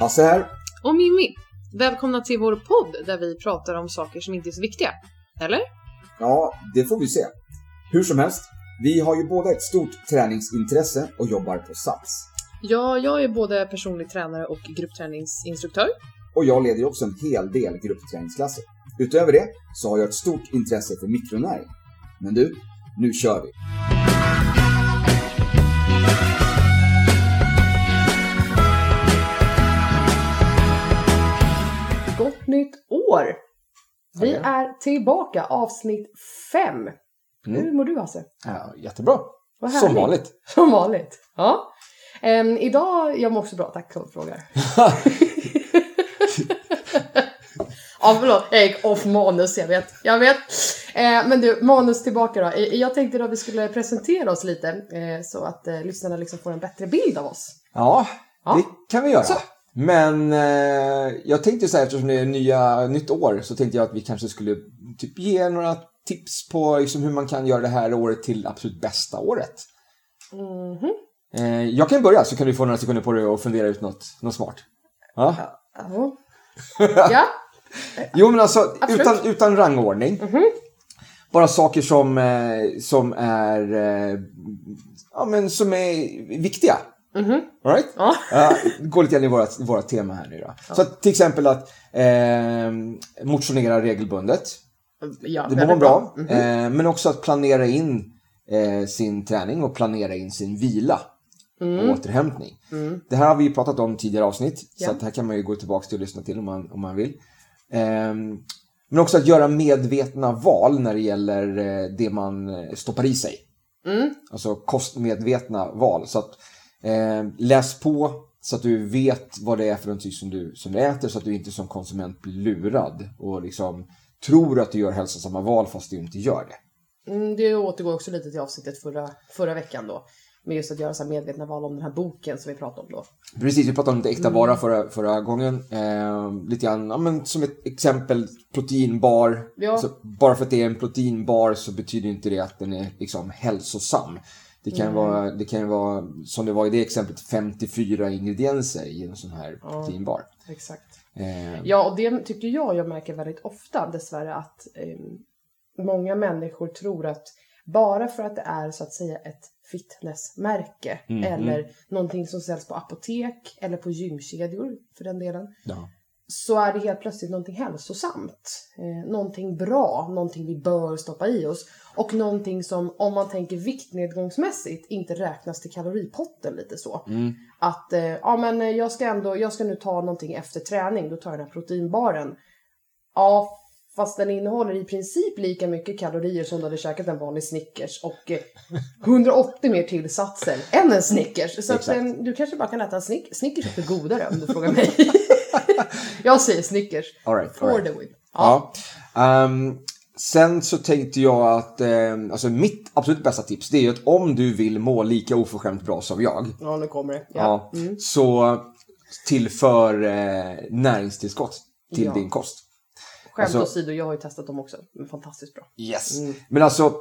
Hasse här. Och Mimmi. Välkomna till vår podd där vi pratar om saker som inte är så viktiga. Eller? Ja, det får vi se. Hur som helst, vi har ju båda ett stort träningsintresse och jobbar på Sats. Ja, jag är både personlig tränare och gruppträningsinstruktör. Och jag leder ju också en hel del gruppträningsklasser. Utöver det så har jag ett stort intresse för mikronäring. Men du, nu kör vi! Gott nytt år! Vi är tillbaka, avsnitt 5. Hur mår du, Hasse? Ja, jättebra. Vad härligt. Som vanligt. Som vanligt, ja. Idag, jag mår också bra, tack som frågar. Ja, förlåt, jag gick off manus, jag vet. Men du, manus tillbaka då. Jag tänkte då att vi skulle presentera oss lite så att lyssnarna liksom får en bättre bild av oss. Ja, det kan vi göra. Så. Men jag tänkte så här, eftersom det är nytt år, så tänkte jag att vi kanske skulle typ ge några tips på liksom hur man kan göra det här året till absolut bästa året. Jag kan börja, så kan du få några sekunder på dig och fundera ut något smart. Ja. Ja. Jo, men alltså utan rangordning. Bara saker som är viktiga. All right? Gå lite grann i våra tema här nu då. Ja. Så till exempel att motionera regelbundet. Ja, det mår bra. Men också att planera in sin träning och planera in sin vila och återhämtning. Det här har vi pratat om tidigare avsnitt. Så att här kan man ju gå tillbaka till och lyssna till om man vill. Men också att göra medvetna val när det gäller det man stoppar i sig. Alltså kostmedvetna val. Så att läs på så att du vet vad det är för någonting som du äter, så att du inte som konsument blir lurad och liksom tror att du gör hälsosamma val fast du inte gör det. Det återgår också lite till avsnittet förra veckan då. Med just att göra så här medvetna val om den här boken som vi pratade om då. Precis, vi pratade om det äkta vara förra gången. Lite grann, men som ett exempel, proteinbar. Ja. Så bara för att det är en proteinbar så betyder inte det att den är liksom hälsosam. Det kan vara, som det var i det exemplet, 54 ingredienser i en sån här proteinbar. Exakt. Ja, och det tycker jag märker väldigt ofta dessvärre att många människor tror att bara för att det är så att säga ett fitnessmärke eller någonting som säljs på apotek eller på gymkedjor för den delen, så är det helt plötsligt någonting hälsosamt. Någonting bra, någonting vi bör stoppa i oss. Och någonting som, om man tänker viktnedgångsmässigt, inte räknas till kaloripotten lite så. Att, men jag ska nu ta någonting efter träning, då tar jag den här proteinbaren. Ja, fast den innehåller i princip lika mycket kalorier som du hade käkat en vanlig Snickers. Och 180 mer tillsatser än en Snickers. Så att, du kanske bara kan äta en Snickers för godare om du frågar mig. Jag säger Snickers. All right. The win. Ja. Sen så tänkte jag att alltså mitt absolut bästa tips, det är ju att om du vill må lika oförskämt bra som jag. Ja, nu kommer det. Ja. Så tillför näringstillskott till din kost. Skämt åsido, jag har ju testat dem också. Men fantastiskt bra. Yes. Men alltså,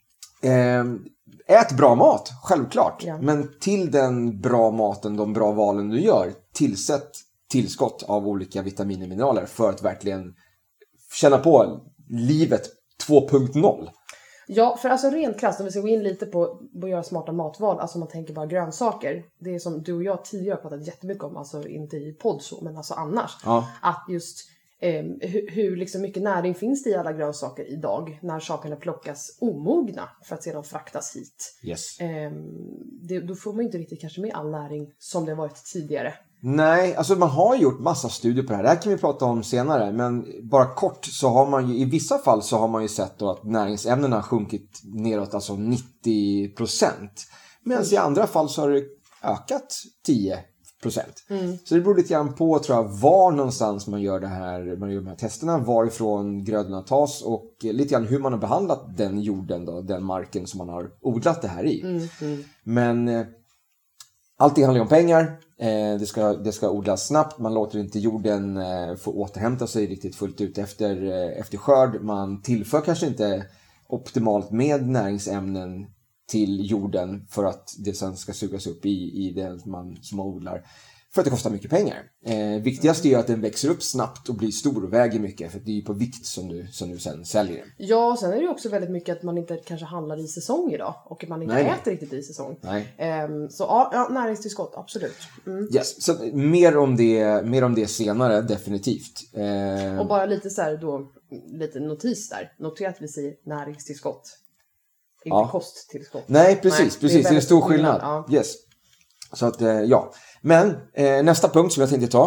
ät bra mat, självklart. Ja. Men till den bra maten, de bra valen du gör, tillsätt tillskott av olika vitaminer och mineraler för att verkligen känna på livet 2.0. Ja, för alltså rent krasst, om vi ska gå in lite på att göra smarta matval, alltså man tänker bara grönsaker. Det är som du och jag tidigare har pratat jättemycket om, alltså inte i podd så, men alltså annars. Ja. Att just hur liksom mycket näring finns det i alla grönsaker idag när sakerna plockas omogna för att sedan fraktas hit. Yes. Då får man inte riktigt kanske med all näring som det har varit tidigare. Nej, alltså man har gjort massa studier på det här. Det här kan vi prata om senare. Men bara kort så har man ju, i vissa fall så har man ju sett då att näringsämnena har sjunkit neråt alltså 90%. Medan i andra fall så har det ökat 10%. Så det beror lite grann på, tror jag, var någonstans man gör de här testerna, varifrån grödorna tas och lite grann hur man har behandlat den jorden då, den marken som man har odlat det här i. Men allting handlar om pengar. Det ska odlas snabbt. Man låter inte jorden få återhämta sig riktigt fullt ut efter skörd. Man tillför kanske inte optimalt med näringsämnen till jorden för att det sen ska sugas upp i det som man odlar. För att det kostar mycket pengar. Viktigast är att den växer upp snabbt och blir stor och väger mycket. För det är ju på vikt som du sen säljer den. Ja, sen är det ju också väldigt mycket att man inte kanske handlar i säsong idag. Och att man inte äter riktigt i säsong. Så ja, näringstillskott, absolut. Yes, så mer om det senare, definitivt. Och bara lite så här då, lite notis där. Notera att vi säger näringstillskott. Inte kosttillskott. Nej, precis. Det är en stor skillnad. Ja. Yes. Så att, ja. Men nästa punkt som jag tänkte ta.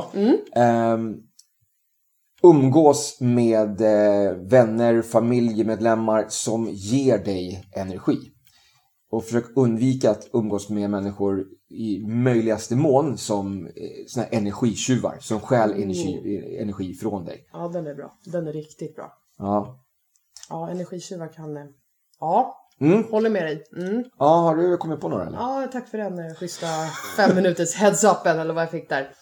Umgås med vänner, familjemedlemmar som ger dig energi. Och försök undvika att umgås med människor i möjligaste mån som såna här energitjuvar. Som stjäl energi från dig. Ja, den är bra. Den är riktigt bra. Ja. Ja, energitjuvar kan... Ja. Håller med dig. Ja, har du kommit på några eller? Ja, tack för den schyssta 5 minuters heads-upen eller vad jag fick där.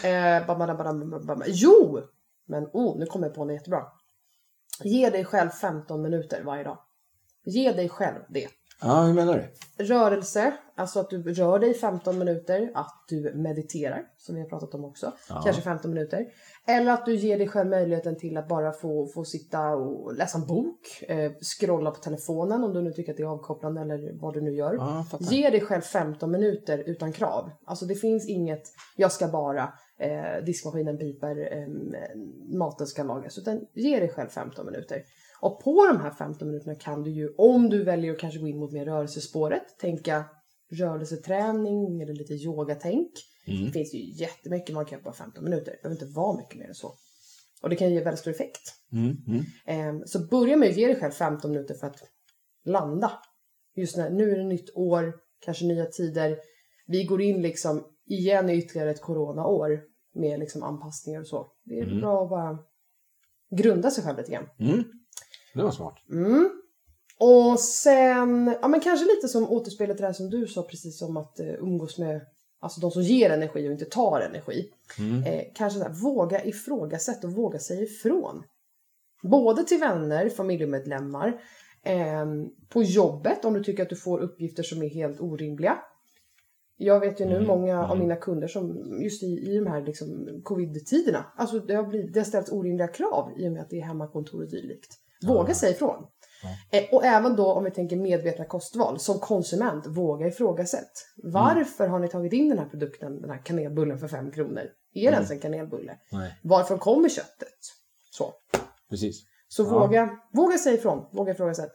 Jo! Men nu kommer jag på något jättebra. Ge dig själv 15 minuter varje dag. Ge dig själv det. Ja, hur menar du? Rörelse, alltså att du rör dig 15 minuter. Att du mediterar, som vi har pratat om också. Kanske 15 minuter. Eller att du ger dig själv möjligheten till att bara få sitta och läsa en bok. Scrolla på telefonen om du nu tycker att det är avkopplande eller vad du nu gör. Ge dig själv 15 minuter utan krav. Alltså det finns inget, jag ska bara, diskmaskinen piper, maten ska lagas. Utan ge dig själv 15 minuter. Och på de här 15 minuterna kan du ju, om du väljer att kanske gå in mot mer rörelsespåret, tänka rörelseträning eller lite yogatänk. Det finns ju jättemycket man kan göra på 15 minuter. Det behöver inte vara mycket mer än så. Och det kan ge väldigt stor effekt. Så börja med att ge dig själv 15 minuter för att landa. Just nu är det nytt år, kanske nya tider. Vi går in liksom igen i ytterligare ett coronaår med liksom anpassningar och så. Det är bra att bara grunda sig själv lite grann. Det var smart. Och sen, ja men kanske lite som återspelet det där som du sa, precis som att umgås med, alltså de som ger energi och inte tar energi. Kanske där, våga ifrågasätta och våga säga ifrån. Både till vänner, familjemedlemmar, på jobbet om du tycker att du får uppgifter som är helt orimliga. Jag vet ju nu många av mina kunder som just i de här liksom covid-tiderna, alltså det har ställts orimliga krav i och med att det är hemmakontor och dylikt. Våga säga ifrån. Och även då om vi tänker medvetna kostval, som konsument, våga ifrågasätt. Varför har ni tagit in den här produkten, den här kanelbullen för 5 kronor? Är det ens en kanelbulle? Varför kommer köttet? Så. Precis. Så våga säga ifrån, våga ifrågasätt.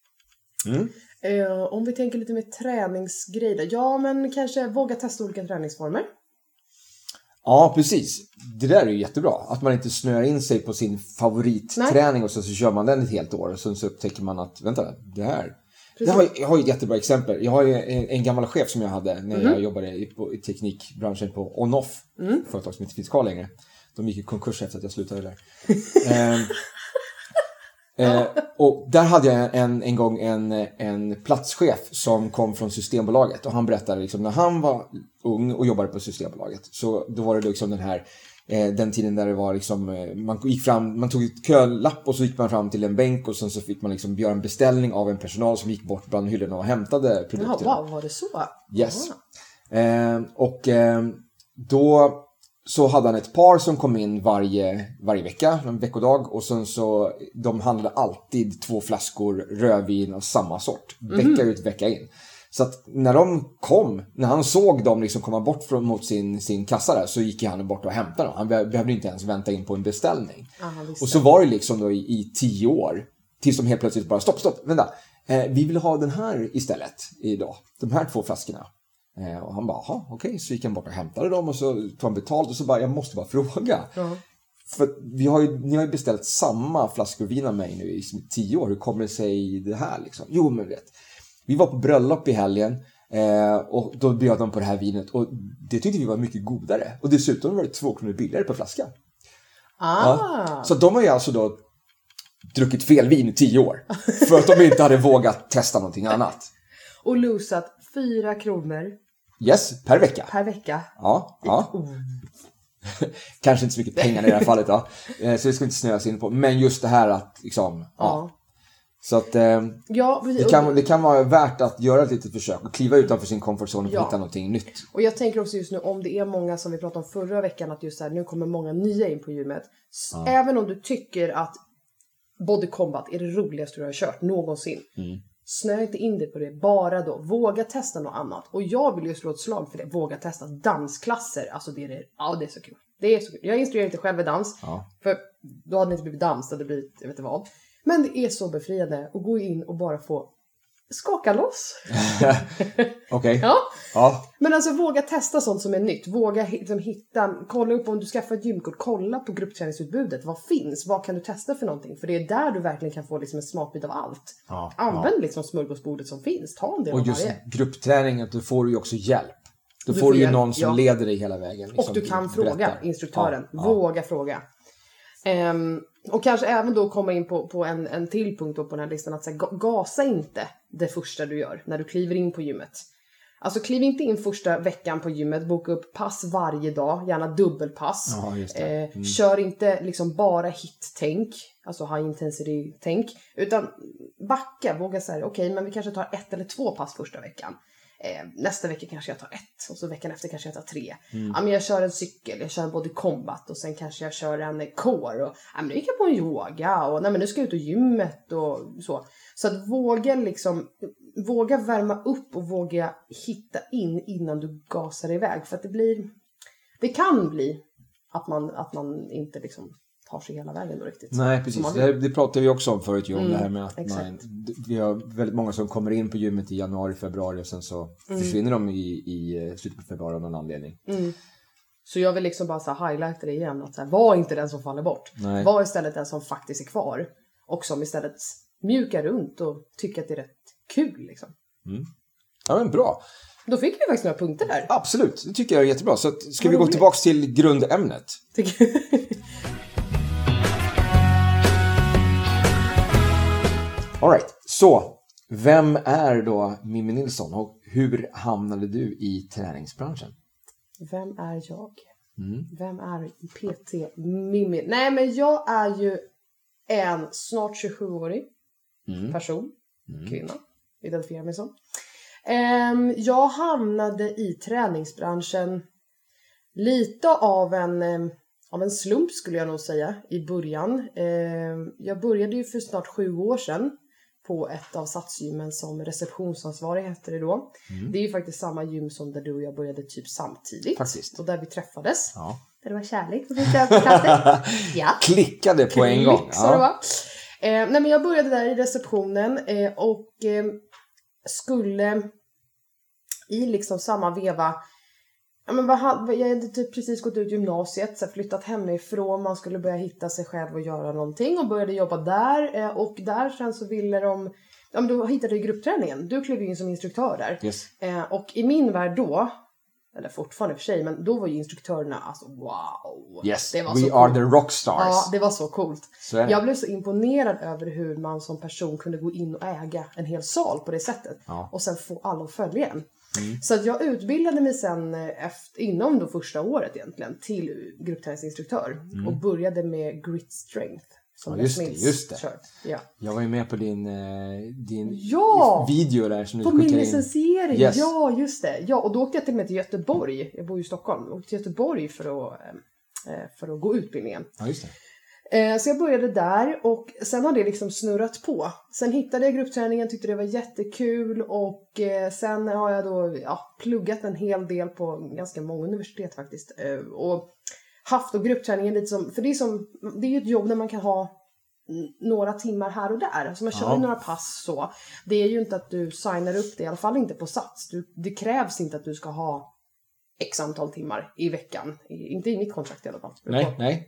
Om vi tänker lite mer träningsgrejer. Ja, men kanske våga testa olika träningsformer. Ja, precis. Det där är ju jättebra. Att man inte snöar in sig på sin favoritträning och så kör man den ett helt år. Och så upptäcker man att, vänta, det här. Jag har ju ett jättebra exempel. Jag har ju en gammal chef som jag hade när jag jobbade i teknikbranschen på On-Off. Företag som inte finns kvar längre. De gick i konkurs efter att jag slutade där. Och där hade jag en gång en platschef som kom från Systembolaget, och han berättade liksom när han var ung och jobbade på Systembolaget, så då var det liksom den tiden där det var liksom, man tog ett kölapp och så gick man fram till en bänk och sen så fick man liksom göra en beställning av en personal som gick bort bland hyllorna och hämtade produkterna. Ja, wow, var det så? Yes. Då så hade han ett par som kom in varje vecka, en veckodag, och sen så de handlade alltid 2 flaskor rödvin av samma sort, vecka ut, vecka in. Så att när han såg dem liksom komma bort mot sin kassa där, så gick han bort och hämtade dem. Han behövde inte ens vänta in på en beställning. Och så var det liksom då i 10 år, tills de helt plötsligt bara, stopp, vänta. Vi vill ha den här istället idag, de här 2 flaskorna. Och han bara, okej. Så gick han bort och hämtade dem och så tog han betalt och så bara, jag måste bara fråga. För ni har ju beställt samma flaskor vin av mig nu i 10 år. Hur kommer det sig det här liksom? Jo, men vet. Vi var på bröllop i helgen och då bjöd de på det här vinet. Och det tyckte vi var mycket godare. Och dessutom var det 2 kronor billigare per flaska. Ja, så de har ju alltså då druckit fel vin i 10 år. För att de inte hade vågat testa någonting annat. Och losat 4 kronor. Yes, per vecka. Per vecka. Ja. Kanske inte så mycket pengar i det här fallet då. Så det ska vi inte snöa in på. Men just det här att liksom, Så att Ja, det kan vara värt att göra ett litet försök och kliva utanför sin komfortzon och hitta någonting nytt. Och jag tänker också just nu, om det är många som vi pratade om förra veckan, att just så här, nu kommer många nya in på gymmet. Även om du tycker att Body Combat är det roligaste du har kört någonsin. Snöa inte in dig på det, bara då. Våga testa något annat. Och jag vill ju slå ett slag för det. Våga testa dansklasser. Alltså det är så kul. Det är så kul. Jag instruerar inte själv i dans. För då hade det inte blivit dans, det hade blivit, jag vet inte vad. Men det är så befriande att gå in och bara få skaka loss. Okej. Ja. Men alltså våga testa sånt som är nytt. Våga hitta, kolla upp om du skaffar ett gymkort. Kolla på gruppträningsutbudet. Vad finns? Vad kan du testa för någonting? För det är där du verkligen kan få liksom en smakbit av allt. Använd liksom smörgåsbordet som finns. Ta en del och av just varje. gruppträningen, då får du ju också hjälp. Då får du ju någon som leder dig hela vägen. Liksom, och du kan fråga instruktören. Våga fråga. Och kanske även då komma in på en till punkt på den här listan. Att säga, gasa inte det första du gör när du kliver in på gymmet. Alltså kliv inte in första veckan på gymmet. Boka upp pass varje dag. Gärna dubbelpass. Kör inte liksom bara hit-tänk. Alltså high intensity-tänk. Utan backa. Våga säga okej, men vi kanske tar 1 eller 2 pass första veckan. Nästa vecka kanske jag tar 1. Och så veckan efter kanske jag tar 3. Ja, men jag kör en cykel. Jag kör en body combat. Och sen kanske jag kör en core. Och ja, men nu gick jag på en yoga. Och nej, men nu ska jag ut och gymmet. Och så. Så att våga värma upp. Och våga hitta in innan du gasar iväg. För att det kan bli att man inte liksom tar sig hela vägen då riktigt. Nej, precis. Det pratade vi också om förut, om det här med att vi har väldigt många som kommer in på gymmet i januari, februari och sen så försvinner de i slutet på februari av någon anledning. Så jag vill liksom bara så här highlighta det igen, att så här, var inte den som faller bort. Nej. Var istället den som faktiskt är kvar och som istället mjukar runt och tycker att det är rätt kul liksom. Ja, men bra. Då fick vi faktiskt några punkter där. Absolut, det tycker jag är jättebra. Så ska vi gå tillbaka till grundämnet? All right. Så, vem är då Mimmi Nilsson och hur hamnade du i träningsbranschen? Vem är jag? Vem är PT Mimmi? Nej, men jag är ju en snart 27-årig person, kvinna, identifierar mig som. Jag hamnade i träningsbranschen lite av en slump skulle jag nog säga i början. Jag började ju för snart 7 år sedan på ett av satsgymmen som receptionsansvarig hette det då. Det är ju faktiskt samma gym som där du och jag började typ samtidigt. Faktiskt. Och där vi träffades. Ja. Där det var kärlek. Klickade på en gång. Så det var. Nej, men jag började där i receptionen och skulle i liksom samma veva. Ja, men jag hade typ precis gått ut gymnasiet, så flyttat hemifrån, man skulle börja hitta sig själv och göra någonting och började jobba där och där sen så ville de, ja men då hittade du gruppträningen, du klev in som instruktör där. Yes. Och i min värld då, eller fortfarande för sig, men då var ju instruktörerna alltså wow. Yes, det var we så are coolt. the rockstars. Ja, det var så coolt. Så är det. Jag blev så imponerad över hur man som person kunde gå in och äga en hel sal på det sättet. Ja. Och sen få alla att följa en. Så att jag utbildade mig sen inom då första året egentligen till gruppträningsinstruktör. Och började med Grit Strength. Som just det. Kört. Ja. Jag var ju med på din video där som du på min licensiering. Yes. Ja, just det. Ja, och då åkte jag till och med till Göteborg. Jag bor ju i Stockholm. Jag åkte till Göteborg för att gå utbildningen. Ja, just det. Så jag började där och sen har det liksom snurrat på. Sen hittade jag gruppträningen, tyckte det var jättekul och sen har jag då pluggat en hel del på ganska många universitet faktiskt. Och haft då gruppträningen lite som, för det är ju ett jobb där man kan ha några timmar här och där. Alltså man kör några pass så. Det är ju inte att du signar upp det, i alla fall inte på Sats. Det krävs inte att du ska ha x antal timmar i veckan. Inte i mitt kontrakt i alla fall. Nej.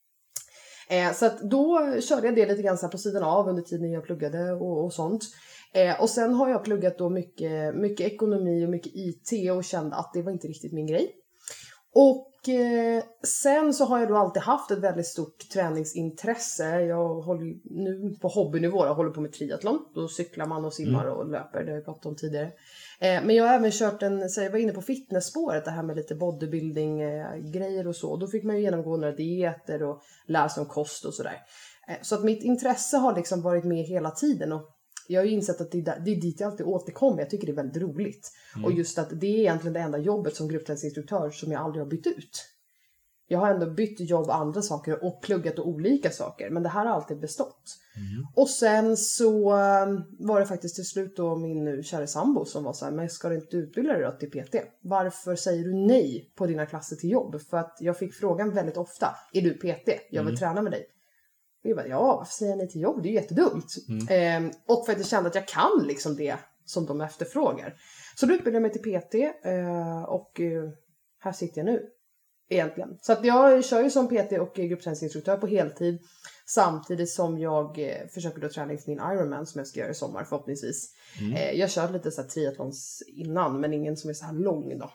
Så att då körde jag det lite grann så här på sidan av under tiden jag pluggade och sånt. Och sen har jag pluggat då mycket ekonomi och mycket IT och kände att det var inte riktigt min grej. Och sen så har jag då alltid haft ett väldigt stort träningsintresse. Jag håller nu på hobbynivå, jag håller på med triathlon. Då cyklar man och simmar och löper, det har jag pratat om tidigare. Men jag har även kört jag var inne på fitnessspåret, det här med lite bodybuilding grejer och så. Då fick man ju genomgå några dieter och lära sig om kost och sådär. Så att mitt intresse har liksom varit med hela tiden och jag har ju insett att det är dit jag alltid återkommer. Jag tycker det är väldigt roligt. Och just att det är egentligen det enda jobbet som gruppträningsinstruktör som jag aldrig har bytt ut. Jag har ändå bytt jobb, andra saker och pluggat och olika saker. Men det här har alltid bestått. Och sen så var det faktiskt till slut då min nu kära sambo som var så här: men ska du inte utbilda dig då till PT? Varför säger du nej på dina klasser till jobb? För att jag fick frågan väldigt ofta: är du PT? Jag vill träna med dig. Och jag bara, ja, varför säger jag nej till jobb? Det är ju jättedumt. Och för att jag kände att jag kan liksom det som de efterfrågar. Så då utbildade jag mig till PT och här sitter jag nu. Egentligen. Så att jag kör ju som PT och gruppträningsinstruktör på heltid. Samtidigt som jag försöker då träna inför min Ironman som jag ska göra i sommar förhoppningsvis. Jag kör lite så här triathlons innan men ingen som är så här lång då.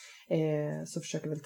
Så försöker väl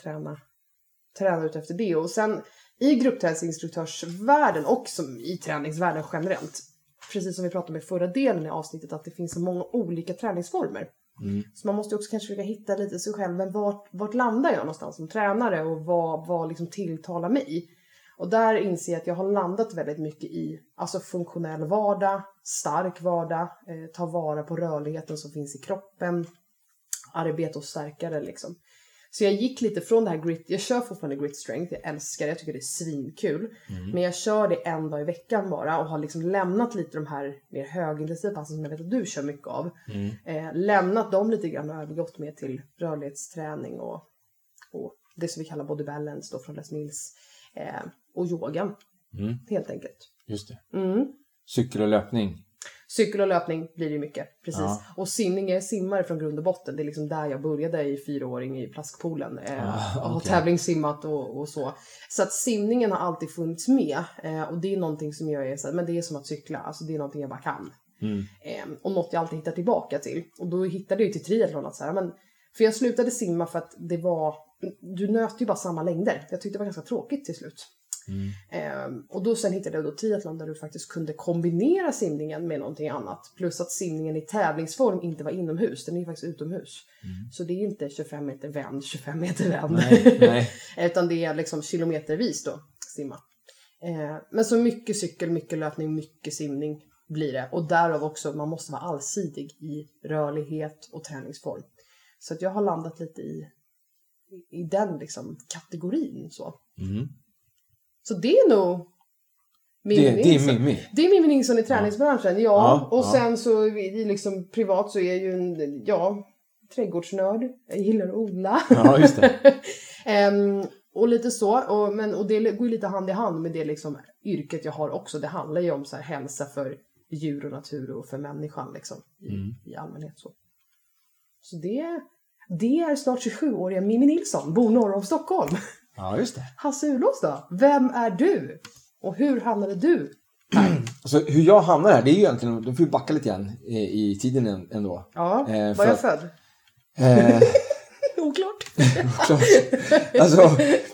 träna ut efter det. Och sen i gruppträningsinstruktörsvärlden och som i träningsvärlden generellt. Precis som vi pratade om i förra delen i avsnittet att det finns så många olika träningsformer. Så man måste också kanske försöka hitta lite sig själv. Men vart landar jag någonstans som tränare och vad liksom tilltalar mig? Och där inser jag att jag har landat väldigt mycket i alltså funktionell vardag, stark vardag, ta vara på rörligheten som finns i kroppen, arbeta och stärka det liksom. Så jag gick lite från det här grit, jag kör fortfarande grit strength, jag älskar det, jag tycker det är svinkul. Men jag kör det en dag i veckan bara och har liksom lämnat lite de här mer högintensiva passen som jag vet att du kör mycket av. Lämnat dem lite grann och övergått med till rörlighetsträning och det som vi kallar body balance då från Les Mills och yoga. Helt enkelt. Just det. Cykel och löpning. Cykel och löpning blir det mycket, precis. Ja. Och simning, jag simmar från grund och botten. Det är liksom där jag började i 4-åring i plaskpoolen. Och har tävlingssimmat och så. Så att simningen har alltid funnits med. Och det är någonting som jag är så här, men det är som att cykla. Alltså det är någonting jag bara kan. Och något jag alltid hittar tillbaka till. Och då hittade jag ju till triathlon att så här, men för jag slutade simma för att det var, du nöt ju bara samma längder. Jag tyckte det var ganska tråkigt till slut. Och då sen hittade jag då triathlon där du faktiskt kunde kombinera simningen med någonting annat. Plus att simningen i tävlingsform inte var inomhus, den är faktiskt utomhus. Så det är inte 25 meter vänd, 25 meter vänd. Nej. Utan det är liksom kilometervis då simma. Men så mycket cykel, mycket löpning, mycket simning blir det. Och därav också, man måste vara allsidig i rörlighet och träningsform. Så att jag har landat lite i den liksom kategorin så. Så det är nog Mimmi Nilsson i träningsbranschen. Ja. Och sen så liksom privat så är jag ju trädgårdsnörd. Jag gillar att odla. Ja, just det. Och lite så. Och det går ju lite hand i hand med det liksom yrket jag har också. Det handlar ju om så här hälsa för djur och natur och för människan liksom i allmänhet så. Så det är snart 27-åriga Mimmi Nilsson, bor norr om Stockholm. Ja, just det. Hasse Ulås då? Vem är du? Och hur hamnade du här? Alltså, hur jag hamnar här, det är ju egentligen, då får vi backa lite grann i tiden ändå. Ja, var jag född? Oklart. Alltså,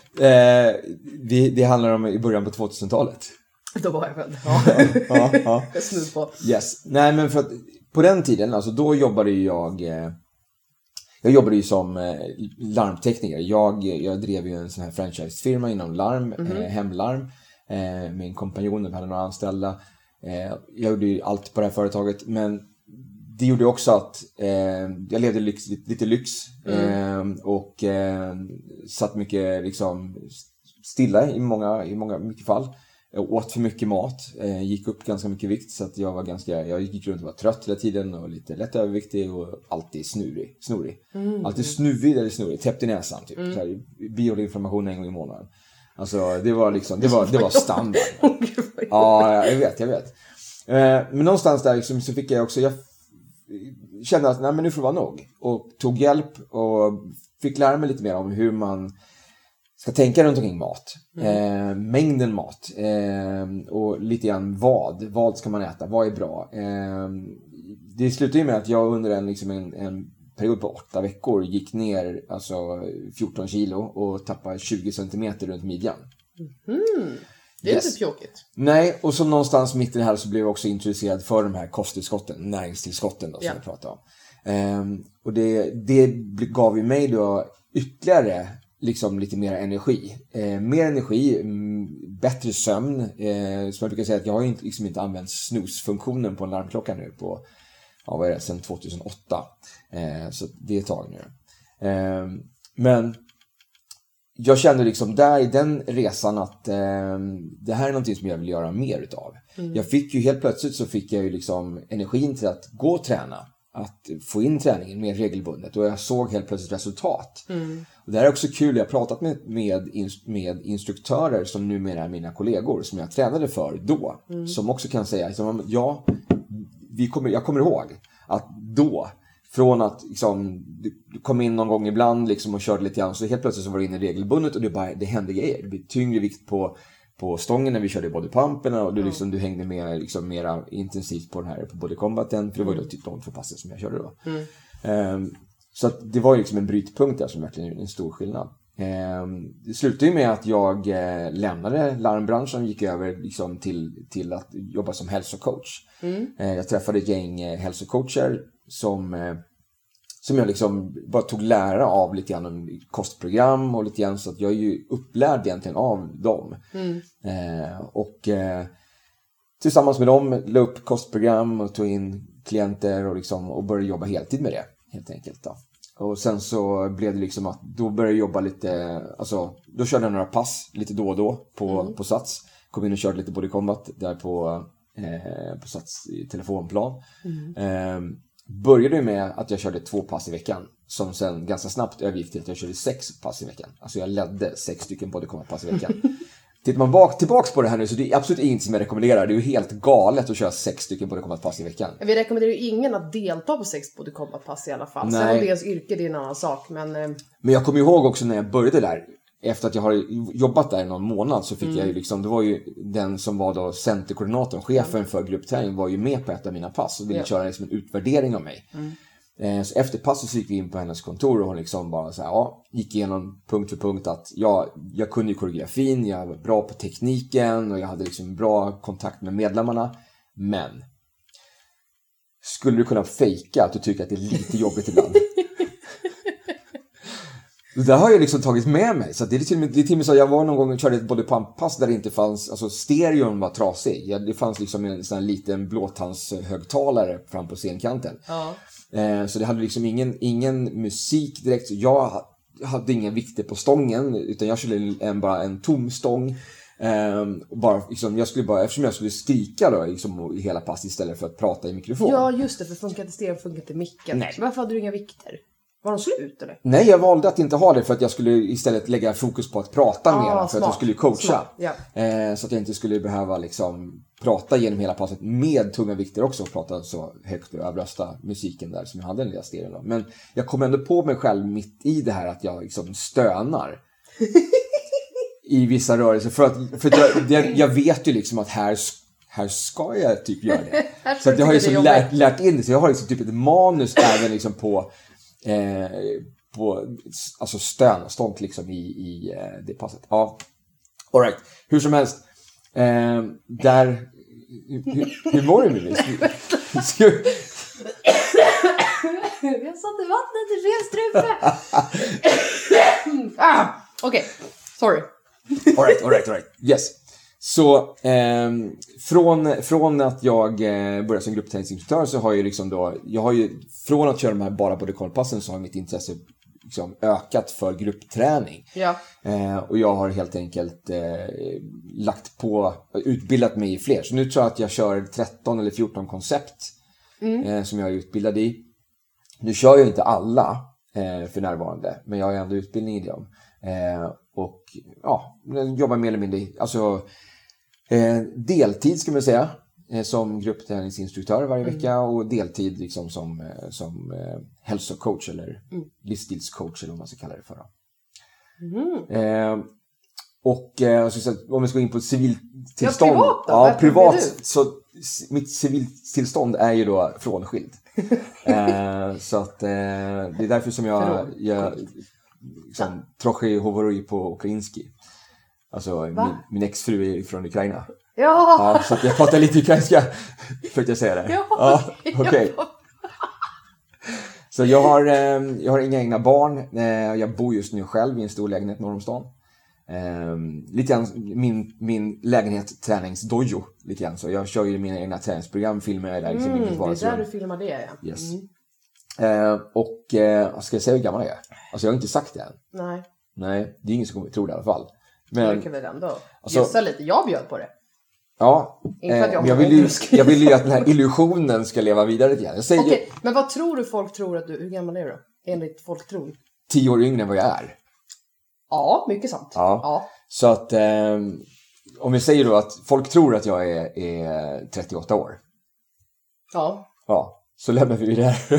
det handlar om i början på 2000-talet. Då var jag född. Ja. Snudd på. Yes. Nej, men för att på den tiden, alltså då jobbade jag jobbade ju som larmtekniker. Jag drev ju en sån här franchisefirma inom larm, hemlarm, med en kompanjon. Vi hade några anställda. Jag gjorde ju allt på det här företaget. Men det gjorde också att jag levde lite lyx. Och satt mycket liksom stilla i mycket fall. Jag åt för mycket mat, gick upp ganska mycket vikt så att jag gick runt och var trött hela tiden och lite lätt överviktig och alltid snorig. Alltid snuvig eller snorig, täppt i näsan typ. Så här, bioinflammation en gång i månaden. Alltså det var liksom, det var standard. Ja, jag vet. Men någonstans där liksom, så fick jag också, jag kände att nej, men nu får det vara nog. Och tog hjälp och fick lära mig lite mer om hur man ska tänka runt omkring mat. Mängden mat. Och lite grann vad ska man äta? Vad är bra? Det slutade ju med att jag under en period på 8 veckor gick ner alltså 14 kilo och tappade 20 centimeter runt midjan. Det är inte pjåkigt. Nej, och så någonstans mitt i det här så blev jag också introducerad för de här kosttillskotten, näringstillskotten då, som jag pratade om. Och det gav ju mig då ytterligare liksom lite mer energi. Mer energi, bättre sömn. Som jag brukar säga att jag har inte använt snooze-funktionen på en larmklocka nu på, sedan 2008. Så det är ett tag nu. Men jag kände liksom där i den resan att det här är någonting som jag vill göra mer utav. Jag fick ju helt plötsligt så fick jag ju liksom energin till att gå och träna. Att få in träningen mer regelbundet. Och jag såg helt plötsligt resultat. Och det här är också kul. Jag har pratat med instruktörer som numera är mina kollegor. Som jag tränade för då. Som också kan säga. Jag kommer ihåg att då. Från att liksom, du kom in någon gång ibland liksom, och körde lite grann. Så helt plötsligt så var det inne regelbundet. Och det hände grejer. Det blev tyngre vikt på stången när vi körde bodypumperna. Och du hängde med liksom, mera intensivt på den här på bodycombaten. För det var ju typ de 2 passen som jag körde då. Så att det var ju liksom en brytpunkt där som verkligen är en stor skillnad. Det slutade ju med att jag lämnade larmbranschen och gick över liksom, till att jobba som hälsocoach. Jag träffade ett gäng hälsocoacher som jag liksom bara tog lära av lite grann om kostprogram och lite grann, så att jag är ju upplärd egentligen av dem. Tillsammans med dem la upp kostprogram och tog in klienter och började jobba heltid med det helt enkelt då. Och sen så blev det liksom att då började jag jobba lite, alltså då körde jag några pass lite då och då på Sats. Kom in och körde lite bodycombat där på Sats i telefonplan. Började ju med att jag körde 2 pass i veckan. Som sen ganska snabbt övergick till att jag körde 6 pass i veckan. Alltså jag ledde 6 stycken bodycombat-pass i veckan. Tittar man tillbaks på det här nu så det är absolut inget som jag rekommenderar. Det är ju helt galet att köra 6 stycken bodycombat-pass i veckan. Vi rekommenderar ju ingen att delta på 6 bodycombat-pass i alla fall. Nej. Sen om det är ens yrke, det är en annan sak. Men jag kommer ihåg också när jag började där. Efter att jag har jobbat där någon månad så fick jag ju liksom, det var ju den som var då centerkoordinatorn, chefen för gruppträning var ju med på ett av mina pass och ville köra liksom en utvärdering av mig. Så efter passet så gick vi in på hennes kontor och hon liksom bara så här, gick igenom punkt för punkt att jag kunde ju koreografin, jag var bra på tekniken och jag hade liksom bra kontakt med medlemmarna. Men skulle du kunna fejka att du tycker att det är lite jobbigt ibland? Det där har jag liksom tagit med mig. Så det är till och med så att jag var någon gång och körde ett bodypump-pass där det inte fanns, alltså stereon var trasig. Det fanns liksom en sån här liten blåtandshögtalare fram på scenkanten. Så det hade liksom ingen musik direkt. Så jag hade ingen vikter på stången utan jag körde bara en tom stång. Bara, liksom, eftersom jag skulle skrika då, liksom, i hela pass istället för att prata i mikrofon. Ja just det, för funkar inte stereo, funkar inte micken. Nej. Varför hade du inga vikter? Var de slut eller? Nej, jag valde att inte ha det för att jag skulle istället lägga fokus på att prata mer. För att jag skulle coacha. Så att jag inte skulle behöva liksom prata genom hela passet med tunga vikter också. Och prata så högt och överrösta musiken där som jag hade en lilla stereo. Men jag kom ändå på mig själv mitt i det här att jag liksom stönar. I vissa rörelser. För jag vet ju liksom att här ska jag typ göra det. Så att jag har liksom lärt in det. Så jag har liksom typ ett manus även liksom på alltså stånk liksom i det passet. Ja. All right. Hur som helst där hur mår du med det? Jag satte vattnet i fel strupe. Okej. Sorry. All right. Yes. Så från att jag började som gruppträningsinstruktör så har jag liksom då, från att köra de här bara bodycombat-passen så har mitt intresse liksom ökat för gruppträning. Och jag har helt enkelt utbildat mig i fler. Så nu tror jag att jag kör 13 eller 14 koncept som jag är utbildad i. Nu kör jag inte alla för närvarande, men jag har ändå utbildning i dem. Och jobbar mer eller mindre alltså deltid ska man säga som gruppträningsinstruktör varje vecka och deltid liksom som hälsocoach eller livsstilscoach eller vad man ska kalla det för. Så om vi ska gå in på civiltillstånd. Privat så mitt civiltillstånd är ju då frånskild. Så att det är därför som jag liksom trochę hovorui på ukrainski. Alltså min exfru är från Ukraina. Ja, så att jag pratar lite ukrainska för att jag säger det. Okej. Så jag har inga egna barn. Jag bor just nu själv i en stor lägenhet norr om stan. Lite grann min lägenhet träningsdojo. Lite grann så. Jag kör ju mina egna träningsprogram, filmar jag där. Liksom det är där du filmar det, ja. Yes. Ska jag säga hur gammal jag är? Alltså jag har inte sagt det än. Nej, det är ingen som kommer tro det i alla fall. Men jag kan väl ändå gissa lite. Jag bjöd på det. Ja, jag vill ju att den här illusionen ska leva vidare igen. Okej, men vad tror du folk tror att du... Hur gammal är du? Enligt folk tror. 10 år yngre än vad jag är. Ja, mycket sant. Ja. Så att om vi säger då att folk tror att jag är 38 år. Ja, så lämnar vi det här.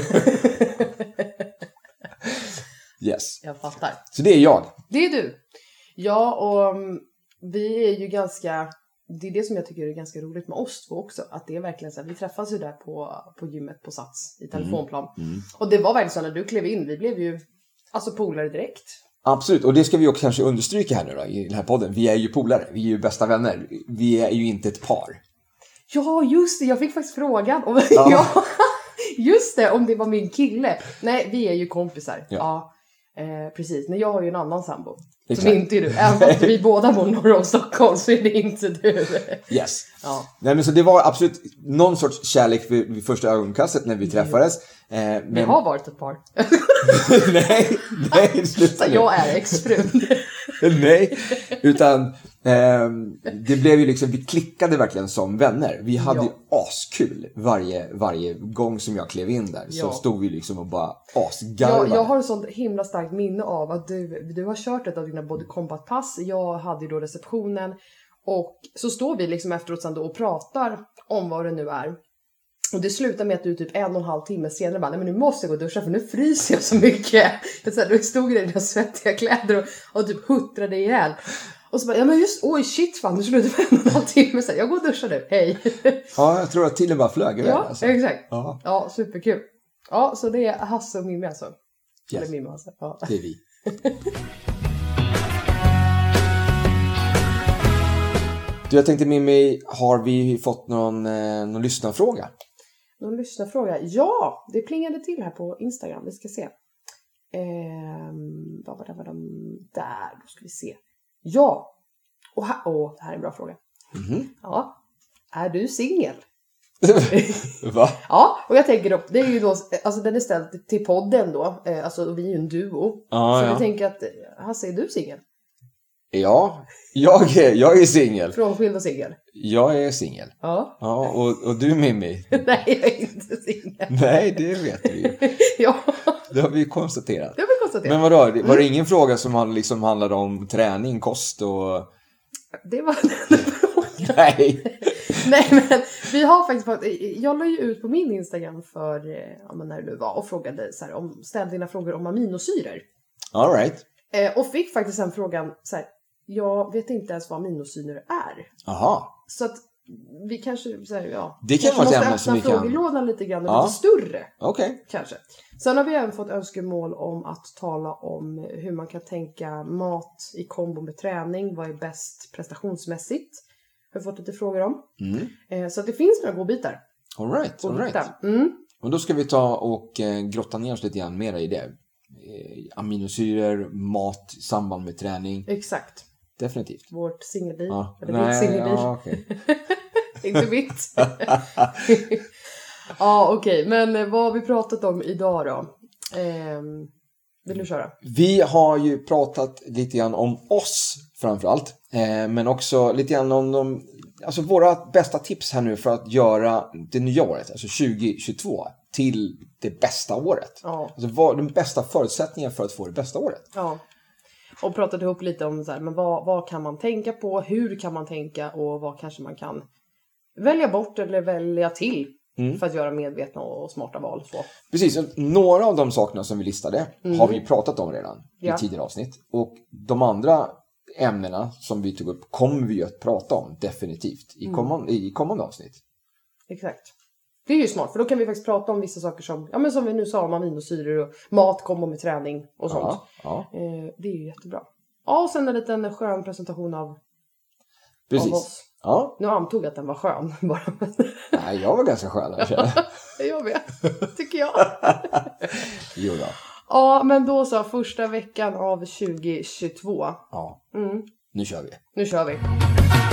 Yes. Jag fattar. Så det är jag. Det är du. Ja, och vi är ju ganska... Det är det som jag tycker är ganska roligt med oss två också. Att det är verkligen så här, vi träffas ju där på gymmet på Sats i telefonplan. Och det var verkligen så när du klev in, vi blev ju polare direkt. Absolut, och det ska vi också kanske understryka här nu då, i den här podden. Vi är ju polare, vi är ju bästa vänner. Vi är ju inte ett par. Ja, just det, jag fick faktiskt frågan om, ja, just det, om det var min kille. Nej, vi är ju kompisar. Ja. Precis, men jag har ju en annan sambo. Exakt. Som inte är du. Även fast vi båda bor norr om Stockholm så är det inte du. Yes. Ja. Nej, men så det var absolut någon sorts kärlek vid första ögonkastet när vi träffades. Men... Vi har varit ett par. nej, sluta nu. Jag är exfrun. Nej, utan det blev ju liksom, vi klickade verkligen som vänner. Vi hade ju askul varje gång som jag klev in där. Så stod vi liksom och bara asgarvade. Jag har ett sånt himla starkt minne av att du har kört ett av dina body combat pass. Jag hade ju då receptionen. Och så står vi liksom efteråt sen då och pratar om vad det nu är. Och det slutar med att du typ 1,5 timme senare bara, nej men nu måste jag gå och duscha för nu fryser jag så mycket. Du stod i dina svettiga kläder och typ huttrade ihjäl. Och så bara, ja men just, oj shit fan, du slutar för 1,5 timme sen. Jag går och duschar nu, hej. Ja, jag tror att tiden bara flög iväg. Ja, alltså. Exakt. Ja, superkul. Ja, så det är Hasse och Mimmi alltså. Yes. Eller Mimmi alltså. Ja. Det är vi. Du, jag tänkte Mimmi, har vi fått någon lyssnarfråga? Någon lyssnarfråga? Ja, det plingade till här på Instagram. Vi ska se. Vad var de? Där, då ska vi se. Ja. Och det här är en bra fråga. Mm-hmm. Ja. Är du singel? Va? Ja, och jag tänker då, det är ju då, alltså den är ställd till podden då. Alltså vi är ju en duo. Så jag tänker att, Hasse, är du singel? Ja, jag är singel. Frånskild och singel? Jag är singel. Ja. Ja, och du Mimmi? Nej, jag är inte singel. Nej, det vet vi. Ja. Det har vi konstaterat. Men vadå, var det ingen fråga som liksom handlade om träning, kost och... Det var den frågan. Nej. Nej, men vi har faktiskt fått... Jag la ju ut på min Instagram för, när det nu var, och frågade så här, ställ dina frågor om aminosyror. All right. Och fick faktiskt en frågan så här, jag vet inte ens vad aminosyror är. Aha. Så att vi kanske så här, ja. Det kan vara ett ämne som vi kan... frågelådan lite grann och lite större. Okej. Kanske. Sen har vi även fått önskemål om att tala om hur man kan tänka mat i kombo med träning. Vad är bäst prestationsmässigt? Har vi fått lite frågor om. Så att det finns några godbitar. All right. Och då ska vi ta och grotta ner oss lite grann mer i det. Aminosyror, mat, samband med träning. Exakt. Definitivt. Vårt singelliv. Ja. Eller ditt singelliv. Ja, okej. Inte mitt. Ja, okej. Men vad har vi pratat om idag då? Vill du köra? Vi har ju pratat lite grann om oss framförallt. Men också lite grann om våra bästa tips här nu för att göra det nya året, alltså 2022, till det bästa året. Ja. Alltså de bästa förutsättningarna för att få det bästa året. Ja. Och pratade ihop lite om så här, men vad kan man tänka på, hur kan man tänka och vad kanske man kan välja bort eller välja till för att göra medvetna och smarta val. Så. Precis, några av de sakerna som vi listade har vi pratat om redan i tidigare avsnitt. Och de andra ämnena som vi tog upp kommer vi att prata om definitivt i kommande avsnitt. Exakt. Det är ju smart, för då kan vi faktiskt prata om vissa saker som vi nu sa om aminosyror och mat, kombo med träning och sånt. Ja. Det är ju jättebra. Ja, och sen en liten skön presentation av oss. Ja. Nu antog jag att den var skön bara. Nej, jag var ganska skön. Jag vet, tycker jag. Jo då. Ja, men då så, första veckan av 2022. Ja. Nu kör vi. Nu kör vi.